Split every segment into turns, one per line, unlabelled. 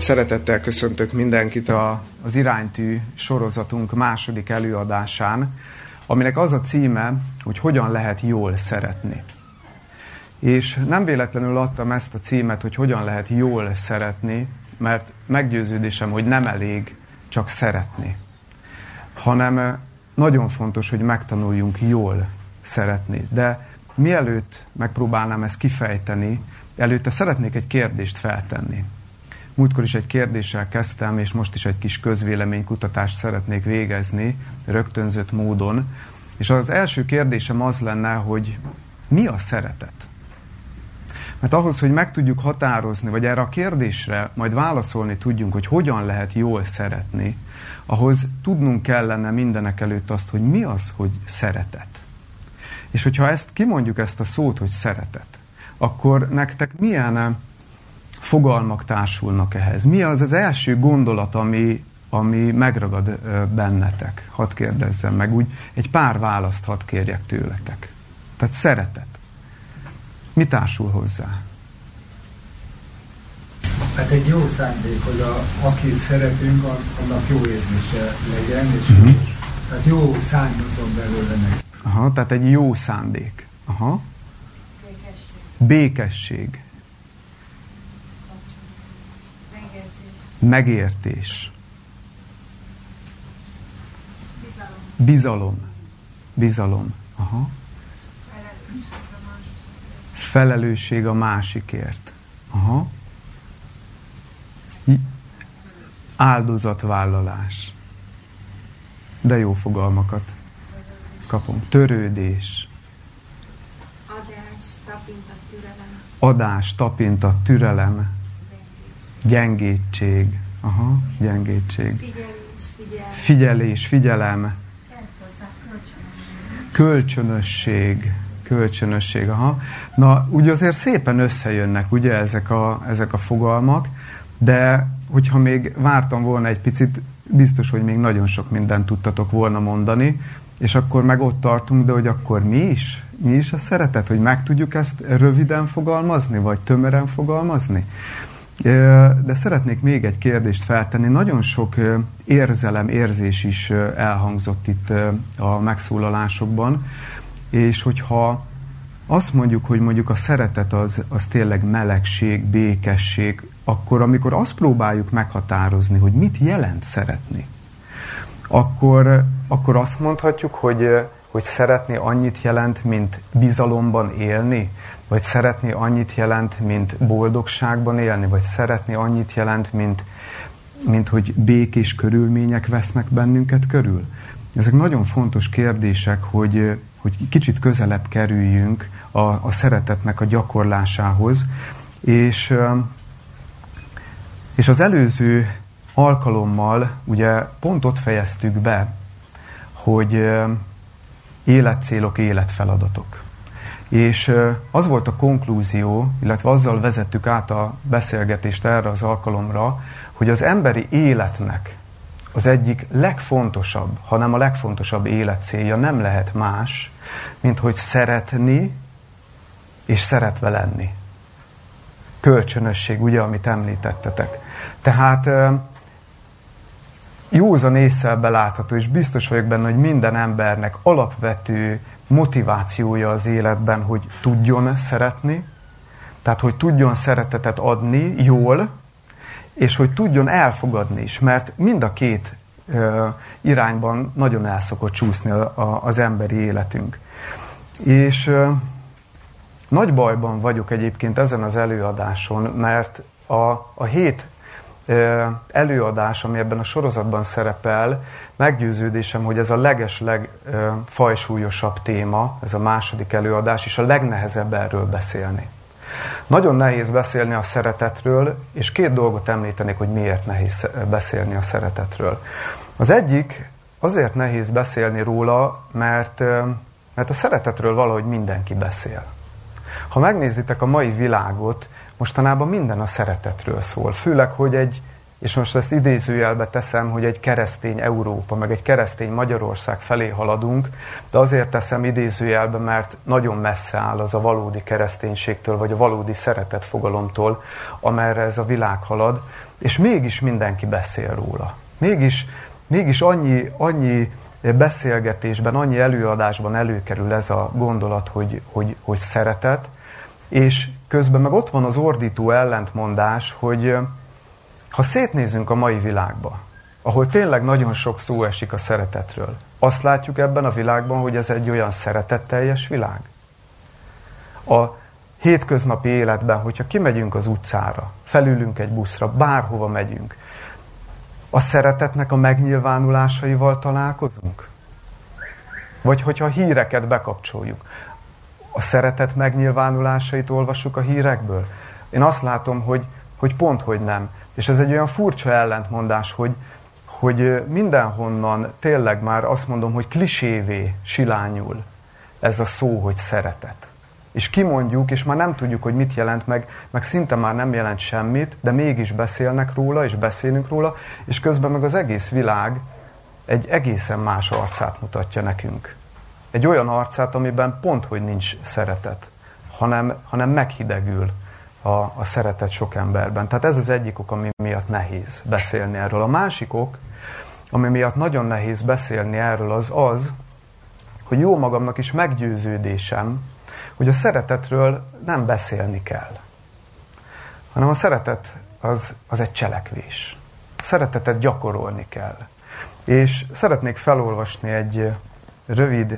Szeretettel köszöntök mindenkit az Iránytű sorozatunk második előadásán, aminek az a címe, hogy hogyan lehet jól szeretni. És nem véletlenül adtam ezt a címet, hogy hogyan lehet jól szeretni, mert meggyőződésem, hogy nem elég csak szeretni, hanem nagyon fontos, hogy megtanuljunk jól szeretni. De mielőtt megpróbálnám ezt kifejteni, előtte szeretnék egy kérdést feltenni. Múltkor is egy kérdéssel kezdtem, és most is egy kis közvéleménykutatást szeretnék végezni, rögtönzött módon. És az első kérdésem az lenne, hogy mi a szeretet? Mert ahhoz, hogy meg tudjuk határozni, vagy erre a kérdésre majd válaszolni tudjunk, hogy hogyan lehet jól szeretni, ahhoz tudnunk kellene mindenek előtt azt, hogy mi az, hogy szeretet. És hogyha kimondjuk ezt a szót, hogy szeretet, akkor nektek milyen fogalmak társulnak ehhez? Mi az az első gondolat, ami megragad bennetek? Hadd kérdezzem meg, úgy egy pár választ hadd kérjek tőletek. Tehát szeretet. Mi társul hozzá?
Hát egy jó szándék, hogy akit szeretünk, annak jó érzése legyen, és tehát jó származom belőle neki.
Aha, tehát egy jó szándék. Aha. Békesség. Megértés. Bizalom. Aha. Felelősség a másikért. Aha. Áldozatvállalás. De jó fogalmakat kapunk. Törődés. Adás, tapintat, türelem. Gyengétség. Aha, gyengétség. Figyelés, figyelem. Kölcsönösség. Aha. Na, úgy azért szépen összejönnek, ugye, ezek a fogalmak, de hogyha még vártam volna egy picit, biztos, hogy még nagyon sok mindent tudtatok volna mondani, és akkor meg ott tartunk, de hogy akkor mi is? Mi is a szeretet? Hogy meg tudjuk ezt röviden fogalmazni, vagy tömören fogalmazni? De szeretnék még egy kérdést feltenni. Nagyon sok érzés is elhangzott itt a megszólalásokban, és hogyha azt mondjuk, hogy mondjuk a szeretet az tényleg melegség, békesség, akkor amikor azt próbáljuk meghatározni, hogy mit jelent szeretni, akkor azt mondhatjuk, hogy szeretni annyit jelent, mint bizalomban élni, vagy szeretni annyit jelent, mint boldogságban élni, vagy szeretni annyit jelent, mint hogy békés körülmények vesznek bennünket körül. Ezek nagyon fontos kérdések, hogy kicsit közelebb kerüljünk a szeretetnek a gyakorlásához. És az előző alkalommal ugye pont ott fejeztük be, hogy életcélok, életfeladatok. És az volt a konklúzió, illetve azzal vezettük át a beszélgetést erre az alkalomra, hogy az emberi életnek az egyik legfontosabb, hanem a legfontosabb életcélja nem lehet más, mint hogy szeretni és szeretve lenni. Kölcsönösség, ugye, amit említettetek. Tehát józan ésszel belátható, és biztos vagyok benne, hogy minden embernek alapvető motivációja az életben, hogy tudjon szeretni, tehát hogy tudjon szeretetet adni jól, és hogy tudjon elfogadni is, mert mind a két irányban nagyon el szokott csúszni az emberi életünk. És nagy bajban vagyok egyébként ezen az előadáson, mert a 7 előadás, ami ebben a sorozatban szerepel, meggyőződésem, hogy ez a legfajsúlyosabb téma, ez a második előadás, és a legnehezebb erről beszélni. Nagyon nehéz beszélni a szeretetről, és 2 dolgot említenék, hogy miért nehéz beszélni a szeretetről. Az egyik, azért nehéz beszélni róla, mert a szeretetről valahogy mindenki beszél. Ha megnézitek a mai világot, mostanában minden a szeretetről szól. Főleg, hogy és most ezt idézőjelbe teszem, hogy egy keresztény Európa, meg egy keresztény Magyarország felé haladunk, de azért teszem idézőjelbe, mert nagyon messze áll az a valódi kereszténységtől, vagy a valódi szeretetfogalomtól, amerre ez a világ halad, és mégis mindenki beszél róla. Mégis annyi beszélgetésben, annyi előadásban előkerül ez a gondolat, hogy szeretet, és közben meg ott van az ordító ellentmondás, hogy ha szétnézünk a mai világba, ahol tényleg nagyon sok szó esik a szeretetről, azt látjuk ebben a világban, hogy ez egy olyan szeretetteljes világ. A hétköznapi életben, hogyha kimegyünk az utcára, felülünk egy buszra, bárhova megyünk, a szeretetnek a megnyilvánulásaival találkozunk? Vagy hogyha a híreket bekapcsoljuk, a szeretet megnyilvánulásait olvassuk a hírekből? Én azt látom, hogy pont, hogy nem. És ez egy olyan furcsa ellentmondás, hogy mindenhonnan tényleg már azt mondom, hogy klisévé silányul ez a szó, hogy szeretet. És kimondjuk, és már nem tudjuk, hogy mit jelent, meg szinte már nem jelent semmit, de mégis beszélnek róla, és beszélünk róla, és közben meg az egész világ egy egészen más arcát mutatja nekünk. Egy olyan arcát, amiben pont, hogy nincs szeretet, hanem meghidegül a szeretet sok emberben. Tehát ez az egyik ok, ami miatt nehéz beszélni erről. A másik ok, ami miatt nagyon nehéz beszélni erről, az, hogy jó magamnak is meggyőződésem, hogy a szeretetről nem beszélni kell, hanem a szeretet az egy cselekvés. A szeretetet gyakorolni kell. És szeretnék felolvasni egy rövid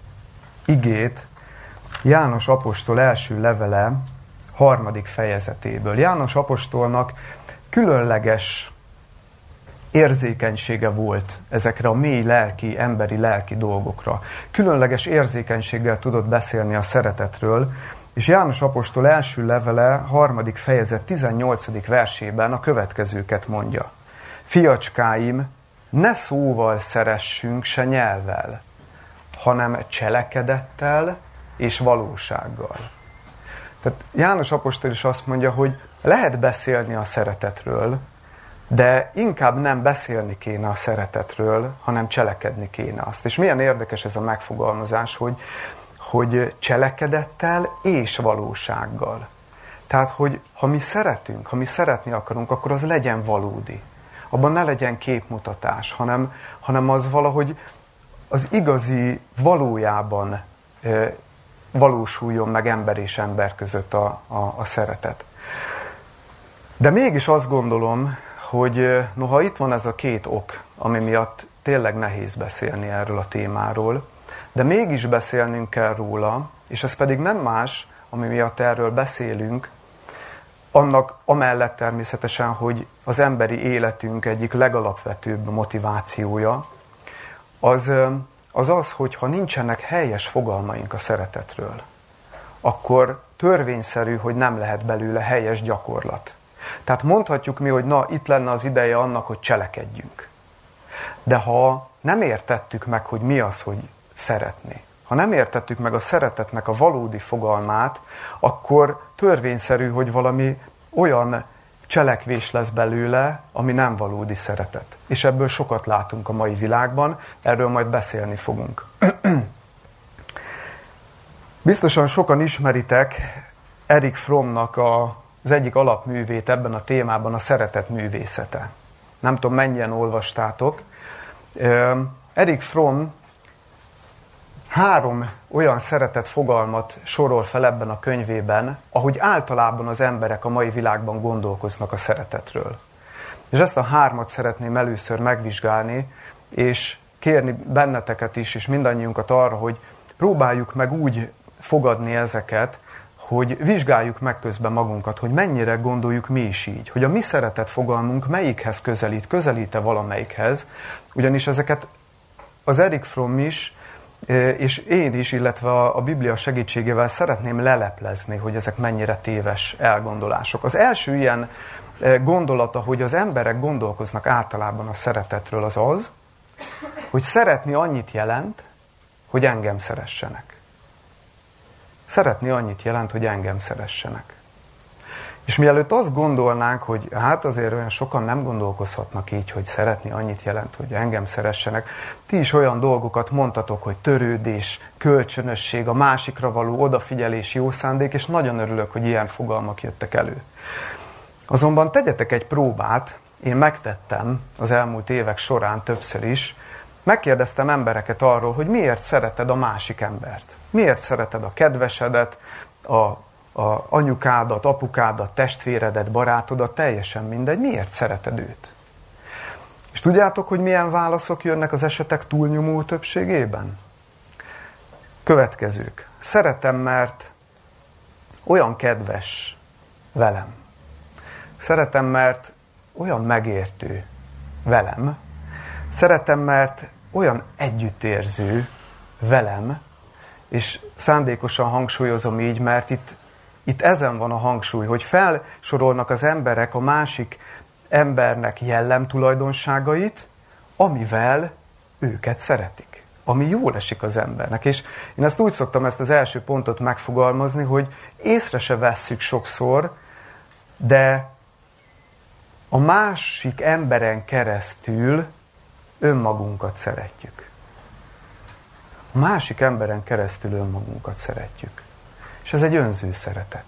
igét János apostol első levele 3. fejezetéből. János apostolnak különleges érzékenysége volt ezekre a mély lelki, emberi lelki dolgokra. Különleges érzékenységgel tudott beszélni a szeretetről, és János apostol első levele 3. fejezet 18. versében a következőket mondja. Fiacskáim, ne szóval szeressünk, se nyelvvel, hanem cselekedettel és valósággal. Tehát János apostol is azt mondja, hogy lehet beszélni a szeretetről, de inkább nem beszélni kéne a szeretetről, hanem cselekedni kéne azt. És milyen érdekes ez a megfogalmazás, hogy cselekedettel és valósággal. Tehát, hogy ha mi szeretünk, ha mi szeretni akarunk, akkor az legyen valódi. Abban ne legyen képmutatás, hanem az valahogy az igazi valójában valósuljon meg ember és ember között a szeretet. De mégis azt gondolom, hogy noha itt van ez a két ok, ami miatt tényleg nehéz beszélni erről a témáról, de mégis beszélnünk kell róla, és ez pedig nem más, ami miatt erről beszélünk, annak amellett természetesen, hogy az emberi életünk egyik legalapvetőbb motivációja, az, hogy ha nincsenek helyes fogalmaink a szeretetről, akkor törvényszerű, hogy nem lehet belőle helyes gyakorlat. Tehát mondhatjuk mi, hogy na, itt lenne az ideje annak, hogy cselekedjünk. De ha nem értettük meg, hogy mi az, hogy szeretni, ha nem értettük meg a szeretetnek a valódi fogalmát, akkor törvényszerű, hogy valami olyan cselekvés lesz belőle, ami nem valódi szeretet. És ebből sokat látunk a mai világban, erről majd beszélni fogunk. Biztosan sokan ismeritek Erich Frommnak az egyik alapművét ebben a témában, a szeretet művészete. Nem tudom, mennyien olvastátok. Erich Fromm 3 olyan szeretet fogalmat sorol fel ebben a könyvében, ahogy általában az emberek a mai világban gondolkoznak a szeretetről. És ezt a 3-at szeretném először megvizsgálni, és kérni benneteket is, és mindannyiunkat arra, hogy próbáljuk meg úgy fogadni ezeket, hogy vizsgáljuk meg közben magunkat, hogy mennyire gondoljuk mi is így, hogy a mi szeretet fogalmunk melyikhez közelít-e valamelyikhez, ugyanis ezeket az Erich Fromm is, és én is, illetve a Biblia segítségével szeretném leleplezni, hogy ezek mennyire téves elgondolások. Az első ilyen gondolata, hogy az emberek gondolkoznak általában a szeretetről, az, hogy szeretni annyit jelent, hogy engem szeressenek. Szeretni annyit jelent, hogy engem szeressenek. És mielőtt azt gondolnánk, hogy hát azért olyan sokan nem gondolkozhatnak így, hogy szeretni annyit jelent, hogy engem szeressenek. Ti is olyan dolgokat mondtatok, hogy törődés, kölcsönösség, a másikra való odafigyelés, jó szándék, és nagyon örülök, hogy ilyen fogalmak jöttek elő. Azonban tegyetek egy próbát, én megtettem az elmúlt évek során többször is, megkérdeztem embereket arról, hogy miért szereted a másik embert. Miért szereted a kedvesedet, a anyukádat, apukádat, testvéredet, barátodat, teljesen mindegy, miért szereted őt? És tudjátok, hogy milyen válaszok jönnek az esetek túlnyomó többségében? Következők. Szeretem, mert olyan kedves velem. Szeretem, mert olyan megértő velem. Szeretem, mert olyan együttérző velem, és szándékosan hangsúlyozom így, mert itt ezen van a hangsúly, hogy felsorolnak az emberek a másik embernek jellemtulajdonságait, amivel őket szeretik, ami jól esik az embernek. És én ezt úgy szoktam ezt az első pontot megfogalmazni, hogy észre se vesszük sokszor, de a másik emberen keresztül önmagunkat szeretjük. A másik emberen keresztül önmagunkat szeretjük. És ez egy önző szeretet.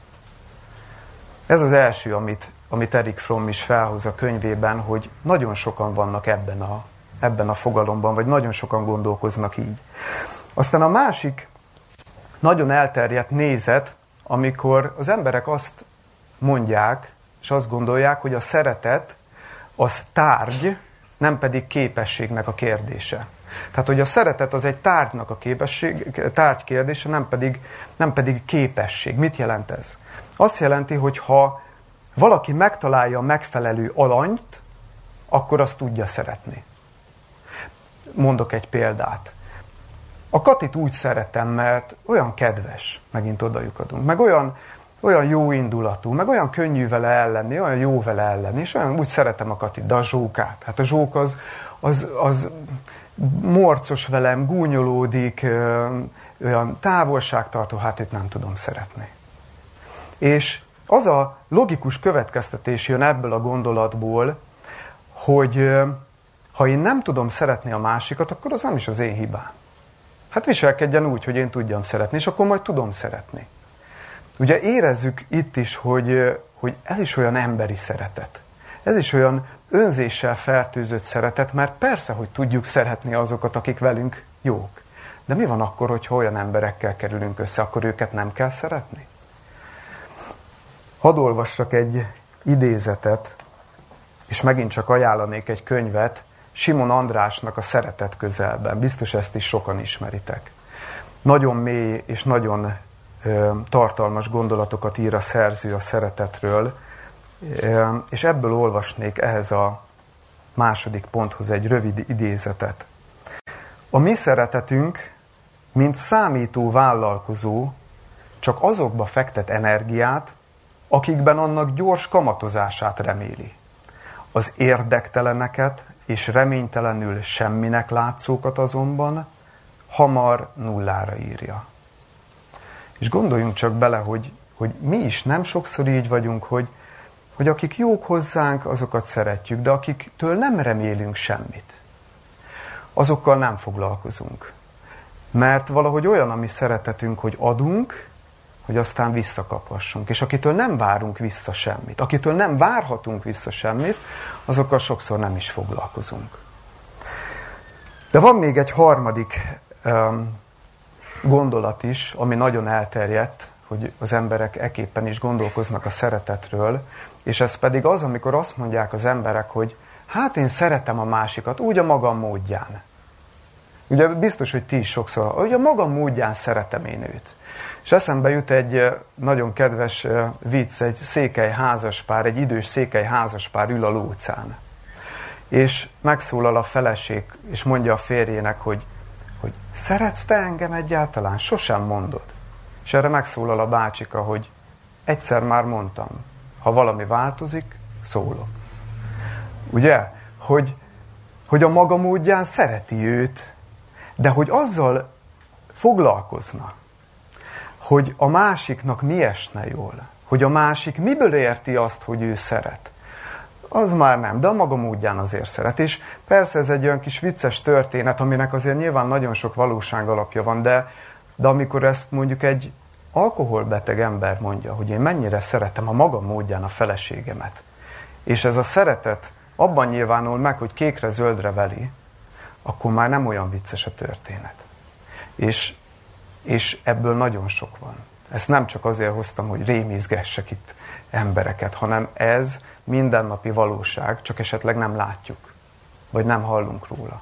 Ez az első, amit Erich Fromm is felhoz a könyvében, hogy nagyon sokan vannak ebben a fogalomban, vagy nagyon sokan gondolkoznak így. Aztán a másik nagyon elterjedt nézet, amikor az emberek azt mondják, és azt gondolják, hogy a szeretet az tárgy, nem pedig képességnek a kérdése. Tehát, hogy a szeretet az egy tárgynak a tárgy kérdése, nem pedig képesség. Mit jelent ez? Azt jelenti, hogy ha valaki megtalálja a megfelelő alanyt, akkor azt tudja szeretni. Mondok egy példát. A Katit úgy szeretem, mert olyan kedves, megint odajuk meg olyan jó indulatú, meg olyan könnyű vele ellenni, olyan jó vele ellenni, és olyan úgy szeretem a Katit, de a Zsókát. Hát a Zsók az morcos velem, gúnyolódik, olyan távolságtartó, hát őt nem tudom szeretni. És az a logikus következtetés jön ebből a gondolatból, hogy ha én nem tudom szeretni a másikat, akkor az nem is az én hibám. Hát viselkedjen úgy, hogy én tudjam szeretni, és akkor majd tudom szeretni. Ugye érezzük itt is, hogy ez is olyan emberi szeretet. Ez is olyan önzéssel fertőzött szeretet, mert persze, hogy tudjuk szeretni azokat, akik velünk jók. De mi van akkor, hogyha olyan emberekkel kerülünk össze, akkor őket nem kell szeretni? Hadd olvassak egy idézetet, és megint csak ajánlanék egy könyvet, Simon Andrásnak a Szeretet közelben. Biztos ezt is sokan ismeritek. Nagyon mély és nagyon tartalmas gondolatokat ír a szerző a szeretetről, és ebből olvasnék ehhez a második ponthoz egy rövid idézetet. A mi szeretetünk, mint számító vállalkozó, csak azokba fektet energiát, akikben annak gyors kamatozását reméli. Az érdekteleneket és reménytelenül semminek látszókat azonban hamar nullára írja. És gondoljunk csak bele, hogy mi is nem sokszor így vagyunk, hogy akik jók hozzánk, azokat szeretjük, de akiktől nem remélünk semmit, azokkal nem foglalkozunk. Mert valahogy olyan a mi szeretetünk, hogy adunk, hogy aztán visszakaphassunk. És akitől nem várunk vissza semmit, akitől nem várhatunk vissza semmit, azokkal sokszor nem is foglalkozunk. De van még egy harmadik gondolat is, ami nagyon elterjedt, hogy az emberek ekképpen is gondolkoznak a szeretetről, és ez pedig az, amikor azt mondják az emberek, hogy hát én szeretem a másikat, úgy a magam módján. Ugye biztos, hogy ti is sokszor, hogy a magam módján szeretem én őt. És eszembe jut egy nagyon kedves vicc, egy székely házaspár, egy idős székely házaspár ül a lócán. És megszólal a feleség, és mondja a férjének, hogy szeretsz te engem egyáltalán? Sosem mondod. És erre megszólal a bácsika, hogy egyszer már mondtam, ha valami változik, szólok. Ugye? Hogy a maga módján szereti őt, de hogy azzal foglalkozna, hogy a másiknak mi esne jól, hogy a másik miből érti azt, hogy ő szeret. Az már nem, de a maga módján azért szeret. És persze ez egy olyan kis vicces történet, aminek azért nyilván nagyon sok valóság alapja van, de amikor ezt mondjuk egy alkoholbeteg ember mondja, hogy én mennyire szeretem a maga módján a feleségemet, és ez a szeretet abban nyilvánul meg, hogy kékre-zöldre veli, akkor már nem olyan vicces a történet. És ebből nagyon sok van. Ezt nem csak azért hoztam, hogy rémizgessek itt embereket, hanem ez mindennapi valóság, csak esetleg nem látjuk, vagy nem hallunk róla.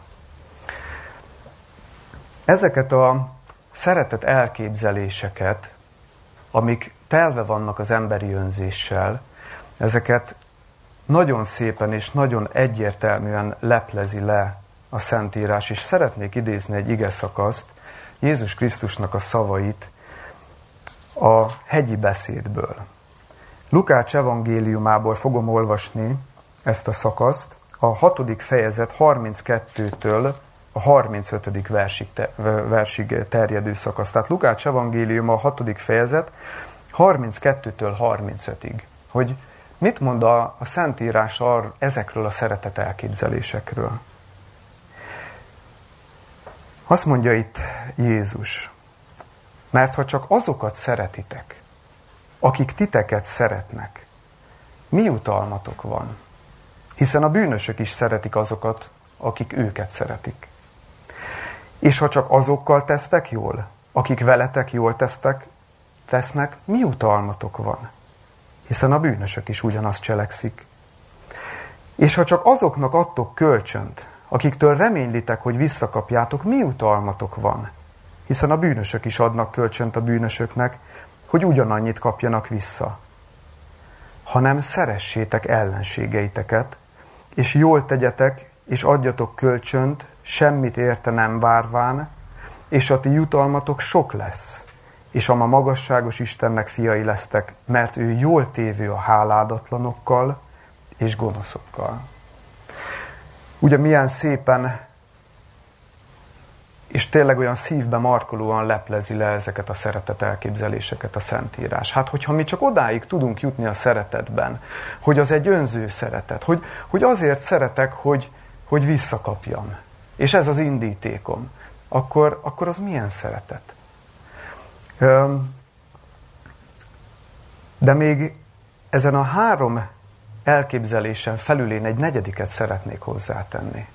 Ezeket a szeretet elképzeléseket, amik telve vannak az emberi önzéssel, ezeket nagyon szépen és nagyon egyértelműen leplezi le a Szentírás, és szeretnék idézni egy igeszakaszt, Jézus Krisztusnak a szavait a hegyi beszédből. Lukács evangéliumából fogom olvasni ezt a szakaszt, a 6. fejezet 32-től a 35. versig terjedő szakasz. Tehát Lukács evangélium a 6. fejezet 32-től 35-ig. Hogy mit mond a Szentírás ezekről a szeretet elképzelésekről? Azt mondja itt Jézus, mert ha csak azokat szeretitek, akik titeket szeretnek, mi jutalmatok van? Hiszen a bűnösök is szeretik azokat, akik őket szeretik. És ha csak azokkal tesztek jól, akik veletek jól tesznek, mi jutalmatok van? Hiszen a bűnösök is ugyanazt cselekszik. És ha csak azoknak adtok kölcsönt, akiktől reménylitek, hogy visszakapjátok, mi jutalmatok van? Hiszen a bűnösök is adnak kölcsönt a bűnösöknek, hogy ugyanannyit kapjanak vissza. Hanem szeressétek ellenségeiteket, és jól tegyetek, és adjatok kölcsönt, semmit érte nem várván, és a ti jutalmatok sok lesz, és a magasságos Istennek fiai lesztek, mert ő jól tévő a háládatlanokkal és gonoszokkal. Ugye milyen szépen, és tényleg olyan szívbe markolóan leplezi le ezeket a szeretet elképzeléseket a Szentírás. Hát, hogyha mi csak odáig tudunk jutni a szeretetben, hogy az egy önző szeretet, hogy azért szeretek, hogy visszakapjam, és ez az indítékom, akkor az milyen szeretet? De még ezen a 3 elképzelésen felül én egy 4. szeretnék hozzátenni.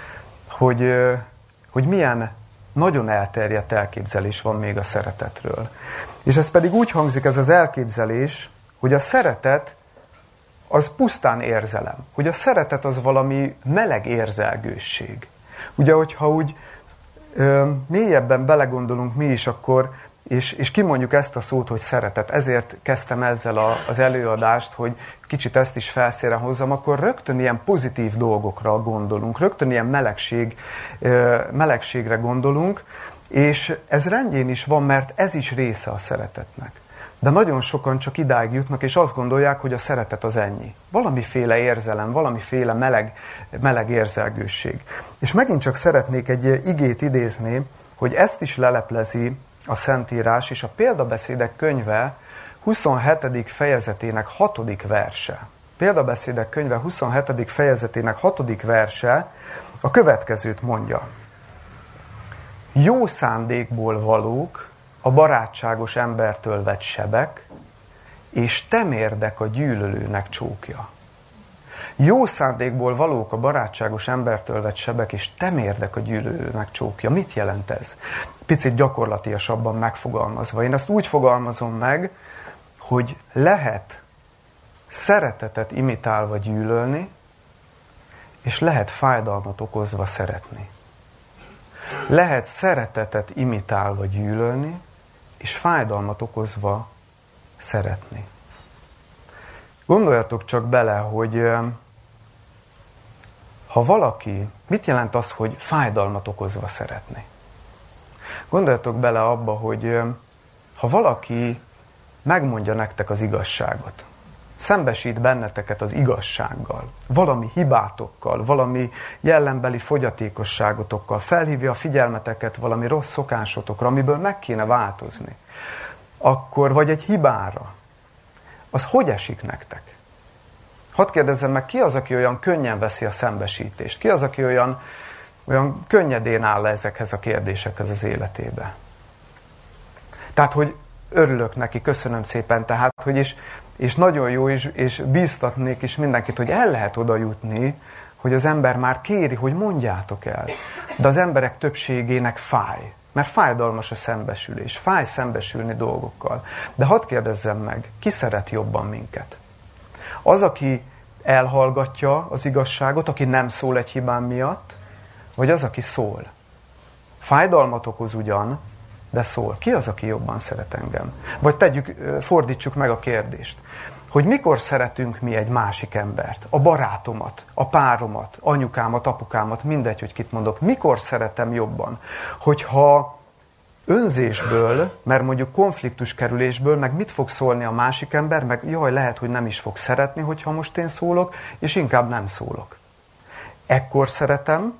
Hogy milyen nagyon elterjedt elképzelés van még a szeretetről. És ez pedig úgy hangzik, ez az elképzelés, hogy a szeretet az pusztán érzelem. Hogy a szeretet az valami meleg érzelgősség. Ugye, hogyha úgy mélyebben belegondolunk mi is, akkor, és kimondjuk ezt a szót, hogy szeretet, ezért kezdtem ezzel az előadást, hogy kicsit ezt is felszínre hozzam, akkor rögtön ilyen pozitív dolgokra gondolunk, rögtön ilyen melegségre gondolunk, és ez rendjén is van, mert ez is része a szeretetnek. De nagyon sokan csak idáig jutnak, és azt gondolják, hogy a szeretet az ennyi. Valamiféle érzelem, valamiféle meleg érzelgősség. És megint csak szeretnék egy igét idézni, hogy ezt is leleplezi a Szentírás, és a Példabeszédek könyve 27. fejezetének 6. verse. Példabeszédek könyve 27. fejezetének 6. verse a következőt mondja. Jó szándékból valók a barátságos embertől vett sebek, és temérdek a gyűlölőnek csókja. Jó szándékból valók a barátságos embertől vett sebek, és temérdek a gyűlölőnek csókja. Mit jelent ez? Picit gyakorlatiasabban megfogalmazva. Én ezt úgy fogalmazom meg, hogy lehet szeretetet imitálva gyűlölni, és lehet fájdalmat okozva szeretni. Lehet szeretetet imitálva gyűlölni, és fájdalmat okozva szeretni. Gondoljatok csak bele, hogy ha valaki, mit jelent az, hogy fájdalmat okozva szeretni? Gondoljatok bele abba, hogy ha valaki megmondja nektek az igazságot, szembesít benneteket az igazsággal, valami hibátokkal, valami jellembeli fogyatékosságotokkal, felhívja a figyelmeteket valami rossz szokásotokra, amiből meg kéne változni, akkor, vagy egy hibára, az hogy esik nektek? Hadd kérdezzem meg, ki az, aki olyan könnyen veszi a szembesítést? Ki az, aki olyan könnyedén áll ezekhez a kérdésekhez az életébe? Tehát, hogy örülök neki, köszönöm szépen, tehát, hogy és nagyon jó, és bíztatnék is mindenkit, hogy el lehet oda jutni, hogy az ember már kéri, hogy mondjátok el. De az emberek többségének fáj. Mert fájdalmas a szembesülés. Fáj szembesülni dolgokkal. De hadd kérdezzem meg, ki szeret jobban minket? Az, aki elhallgatja az igazságot, aki nem szól egy hibám miatt, vagy az, aki szól? Fájdalmat okoz ugyan, de szól. Ki az, aki jobban szeret engem? Vagy fordítsuk meg a kérdést. Hogy mikor szeretünk mi egy másik embert, a barátomat, a páromat, anyukámat, apukámat, mindegy, hogy kit mondok, mikor szeretem jobban? Hogyha önzésből, mert mondjuk konfliktuskerülésből, meg mit fog szólni a másik ember, meg jaj, lehet, hogy nem is fog szeretni, hogyha most én szólok, és inkább nem szólok. Ekkor szeretem,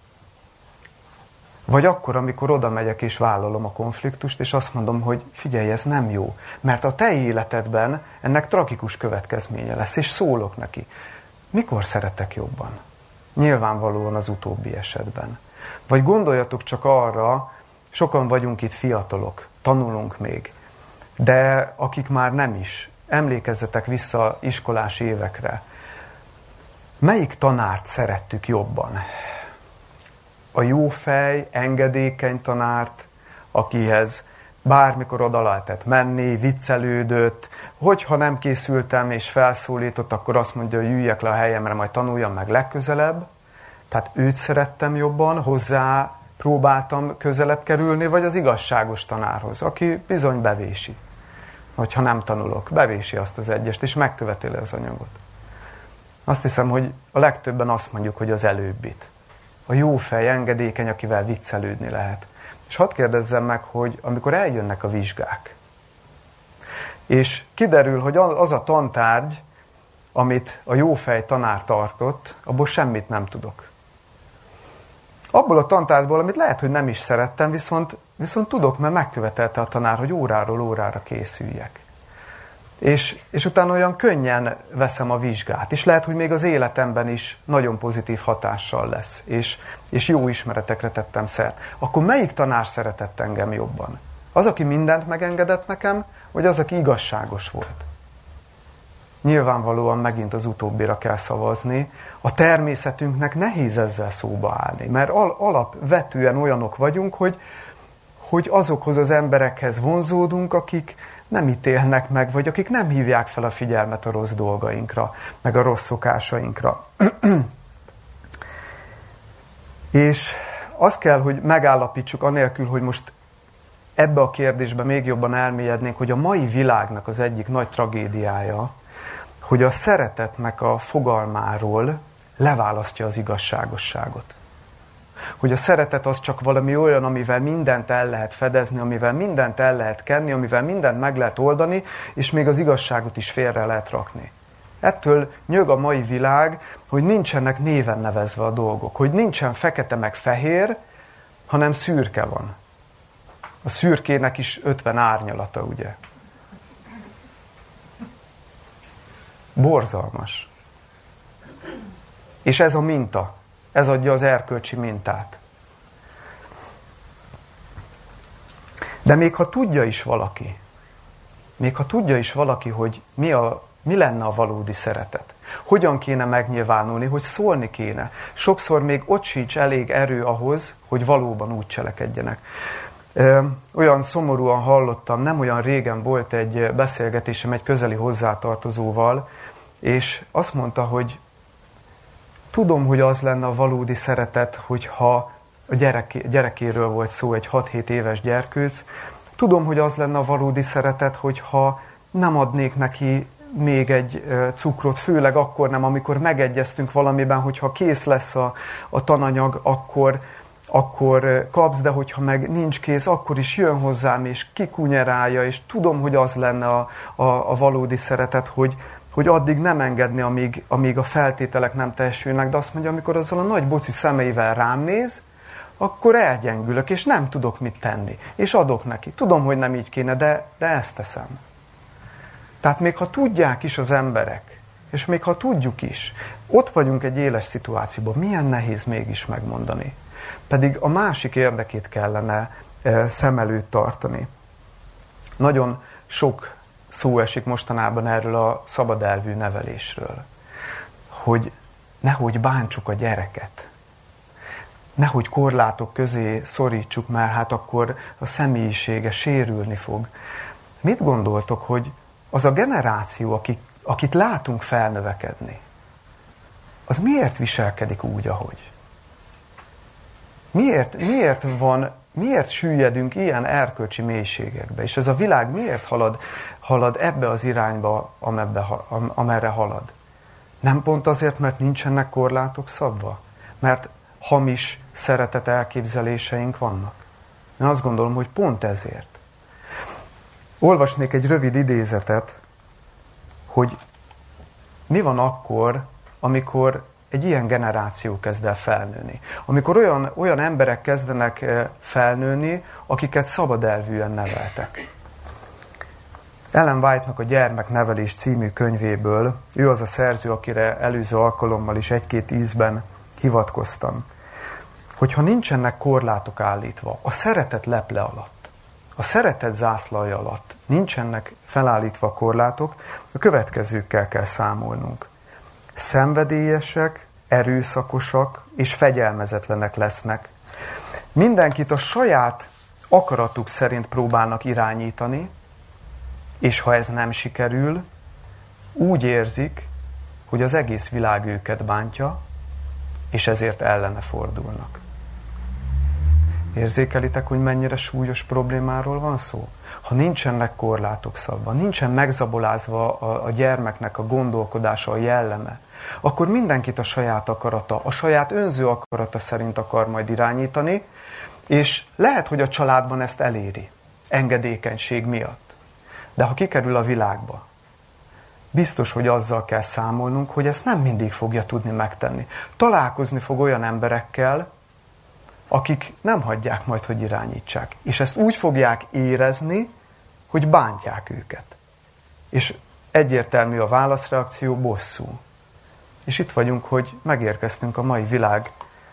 vagy akkor, amikor oda megyek és vállalom a konfliktust, és azt mondom, hogy figyelj, ez nem jó. Mert a te életedben ennek tragikus következménye lesz, és szólok neki. Mikor szeretek jobban? Nyilvánvalóan az utóbbi esetben. Vagy gondoljatok csak arra, sokan vagyunk itt fiatalok, tanulunk még, de akik már nem is, emlékezzetek vissza iskolás évekre. Melyik tanárt szerettük jobban? A jófej, engedékeny tanárt, akihez bármikor oda lehetett menni, viccelődött, hogyha nem készültem és felszólított, akkor azt mondja, hogy üljek le a helyemre, majd tanuljam meg legközelebb. Tehát őt szerettem jobban, hozzá próbáltam közelebb kerülni, vagy az igazságos tanárhoz, aki bizony bevési. Hogyha nem tanulok, bevési azt az egyest, és megköveteli az anyagot. Azt hiszem, hogy a legtöbben azt mondjuk, hogy az előbbit. A jó fej, engedékeny, akivel viccelődni lehet. És hadd kérdezzem meg, hogy amikor eljönnek a vizsgák, és kiderül, hogy az a tantárgy, amit a jófej tanár tartott, abból semmit nem tudok. Abból a tantárgyból, amit lehet, hogy nem is szerettem, viszont tudok, mert megkövetelte a tanár, hogy óráról órára készüljek. És utána olyan könnyen veszem a vizsgát, és lehet, hogy még az életemben is nagyon pozitív hatással lesz, és jó ismeretekre tettem szert. Akkor melyik tanár szeretett engem jobban? Az, aki mindent megengedett nekem, vagy az, aki igazságos volt? Nyilvánvalóan megint az utóbbira kell szavazni. A természetünknek nehéz ezzel szóba állni, mert alapvetően olyanok vagyunk, hogy azokhoz az emberekhez vonzódunk, akik nem ítélnek meg, vagy akik nem hívják fel a figyelmet a rossz dolgainkra, meg a rossz szokásainkra. És azt kell, hogy megállapítsuk anélkül, hogy most ebbe a kérdésbe még jobban elmélyednénk, hogy a mai világnak az egyik nagy tragédiája, hogy a szeretetnek a fogalmáról leválasztja az igazságosságot. Hogy a szeretet az csak valami olyan, amivel mindent el lehet fedezni, amivel mindent el lehet kenni, amivel mindent meg lehet oldani, és még az igazságot is félre lehet rakni. Ettől nyög a mai világ, hogy nincsenek néven nevezve a dolgok, hogy nincsen fekete meg fehér, hanem szürke van. A szürkének is 50 árnyalata, ugye? Borzalmas. És ez a minta. Ez adja az erkölcsi mintát. De még ha tudja is valaki, hogy mi lenne a valódi szeretet, hogyan kéne megnyilvánulni, hogy szólni kéne, sokszor még ott sincs elég erő ahhoz, hogy valóban úgy cselekedjenek. Olyan szomorúan hallottam, nem olyan régen volt egy beszélgetésem egy közeli hozzátartozóval, és azt mondta, hogy tudom, hogy az lenne a valódi szeretet, hogyha a gyerekéről volt szó, egy 6-7 éves gyerkőc. Tudom, hogy az lenne a valódi szeretet, hogyha nem adnék neki még egy cukrot, főleg akkor nem, amikor megegyeztünk valamiben, hogyha kész lesz a tananyag, akkor kapsz, de hogyha meg nincs kész, akkor is jön hozzám, és kikunyerálja, és tudom, hogy az lenne a valódi szeretet, hogy addig nem engedni, amíg a feltételek nem teljesülnek, de azt mondja, amikor azzal a nagy boci szemeivel rám néz, akkor elgyengülök, és nem tudok mit tenni. És adok neki. Tudom, hogy nem így kéne, de ezt teszem. Tehát még ha tudják is az emberek, és még ha tudjuk is, ott vagyunk egy éles szituációban, milyen nehéz mégis megmondani. Pedig a másik érdekét kellene szem előtt tartani. Nagyon sok szó esik mostanában erről a szabad elvű nevelésről, hogy nehogy bántsuk a gyereket. Nehogy korlátok közé szorítsuk, mert hát akkor a személyisége sérülni fog. Mit gondoltok, hogy az a generáció, akit látunk felnövekedni, az miért viselkedik úgy, ahogy? Miért süllyedünk ilyen erkölcsi mélységekbe? És ez a világ miért halad ebbe az irányba, amerre halad? Nem pont azért, mert nincsenek korlátok szabva? Mert hamis szeretet elképzeléseink vannak? Én azt gondolom, hogy pont ezért. Olvasnék egy rövid idézetet, hogy mi van akkor, amikor egy ilyen generáció kezd el felnőni. Amikor olyan emberek kezdenek felnőni, akiket szabadelvűen neveltek. Ellen White-nak a Gyermeknevelés című könyvéből, ő az a szerző, akire előző alkalommal is egy-két ízben hivatkoztam, hogyha nincsenek korlátok állítva, a szeretet leple alatt, a szeretet zászlaja alatt nincsenek felállítva korlátok, a következőkkel kell számolnunk. Szenvedélyesek, erőszakosak és fegyelmezetlenek lesznek. Mindenkit a saját akaratuk szerint próbálnak irányítani, és ha ez nem sikerül, úgy érzik, hogy az egész világ őket bántja, és ezért ellene fordulnak. Érzékelitek, hogy mennyire súlyos problémáról van szó? Ha nincsenek korlátok szabva, nincsen megzabolázva a gyermeknek a gondolkodása, a jelleme, akkor mindenkit a saját akarata, a saját önző akarata szerint akar majd irányítani, és lehet, hogy a családban ezt eléri, engedékenység miatt. De ha kikerül a világba, biztos, hogy azzal kell számolnunk, hogy ezt nem mindig fogja tudni megtenni. Találkozni fog olyan emberekkel, akik nem hagyják majd, hogy irányítsák. És ezt úgy fogják érezni, hogy bántják őket. És egyértelmű a válaszreakció, bosszú. És itt vagyunk, hogy megérkeztünk a mai világ,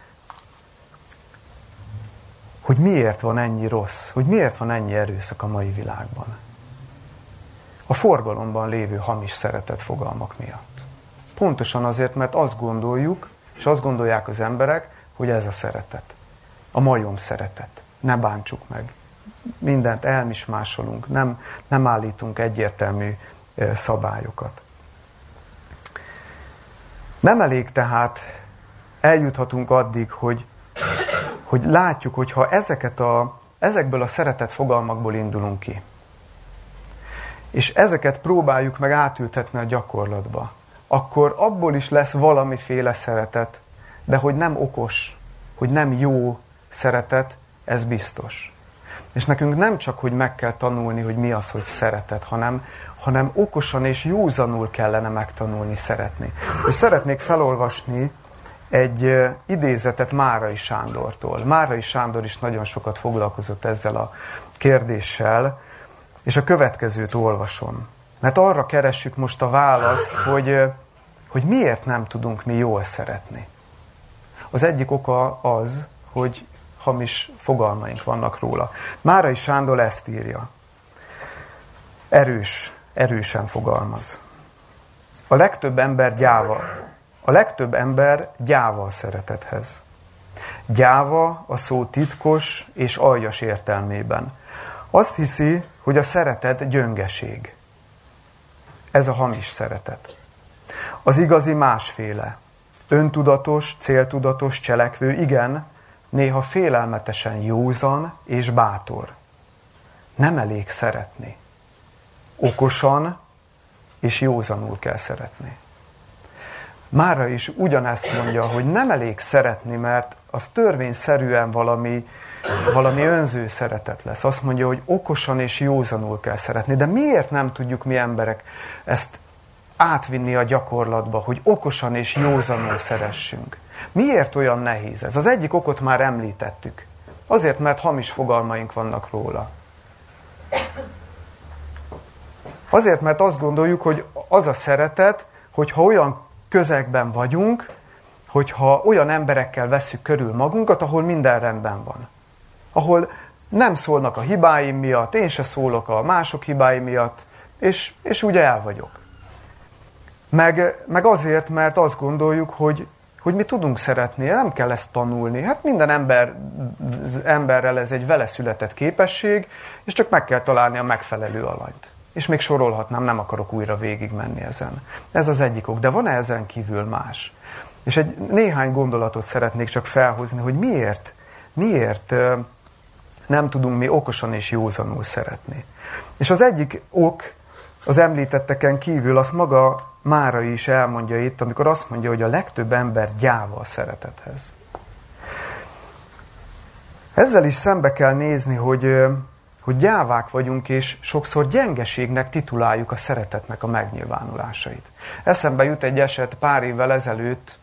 hogy miért van ennyi rossz, hogy miért van ennyi erőszak a mai világban. A forgalomban lévő hamis szeretet fogalmak miatt. Pontosan azért, mert azt gondoljuk, és azt gondolják az emberek, hogy ez a szeretet. A majom szeretet. Ne bántsuk meg. Mindent elmismásolunk, nem állítunk egyértelmű szabályokat. Nem elég tehát, eljuthatunk addig, hogy látjuk, hogy ha ezekből a szeretet fogalmakból indulunk ki, és ezeket próbáljuk meg átültetni a gyakorlatba, akkor abból is lesz valamiféle szeretet, de hogy nem okos, hogy nem jó szeretet, ez biztos. És nekünk nem csak, hogy meg kell tanulni, hogy mi az, hogy szeretet, hanem okosan és józanul kellene megtanulni szeretni. És szeretnék felolvasni egy idézetet Márai Sándortól. Márai Sándor is nagyon sokat foglalkozott ezzel a kérdéssel, és a következőt olvasom. Mert arra keressük most a választ, hogy miért nem tudunk mi jól szeretni. Az egyik oka az, hogy hamis fogalmaink vannak róla. Márai Sándor ezt írja. Erősen fogalmaz. A legtöbb ember gyáva a szeretethez. Gyáva a szó titkos és aljas értelmében. Azt hiszi, hogy a szeretet gyöngeség. Ez a hamis szeretet. Az igazi másféle. Öntudatos, céltudatos, cselekvő, igen, néha félelmetesen józan és bátor. Nem elég szeretni. Okosan és józanul kell szeretni. Mára is ugyanezt mondja, hogy nem elég szeretni, mert az törvényszerűen valami önző szeretet lesz. Azt mondja, hogy okosan és józanul kell szeretni. De miért nem tudjuk mi emberek ezt átvinni a gyakorlatba, hogy okosan és józanul szeressünk? Miért olyan nehéz ez? Az egyik okot már említettük. Azért, mert hamis fogalmaink vannak róla. Azért, mert azt gondoljuk, hogy az a szeretet, hogyha olyan közegben vagyunk, hogyha olyan emberekkel vesszük körül magunkat, ahol minden rendben van. Ahol nem szólnak a hibáim miatt, én se szólok a mások hibái miatt, és úgy el vagyok. Meg azért, mert azt gondoljuk, hogy mi tudunk szeretni, nem kell ezt tanulni. Hát minden emberrel ez egy vele született képesség, és csak meg kell találni a megfelelő alanyt. És még sorolhatnám, nem akarok újra végigmenni ezen. Ez az egyik ok, de van-e ezen kívül más? És néhány gondolatot szeretnék csak felhozni, hogy miért nem tudunk mi okosan és józanul szeretni. És az egyik ok, az említetteken kívül, azt maga Mára is elmondja itt, amikor azt mondja, hogy a legtöbb ember gyáva a szeretethez. Ezzel is szembe kell nézni, hogy gyávák vagyunk, és sokszor gyengeségnek tituláljuk a szeretetnek a megnyilvánulásait. Eszembe jut egy eset pár évvel ezelőtt,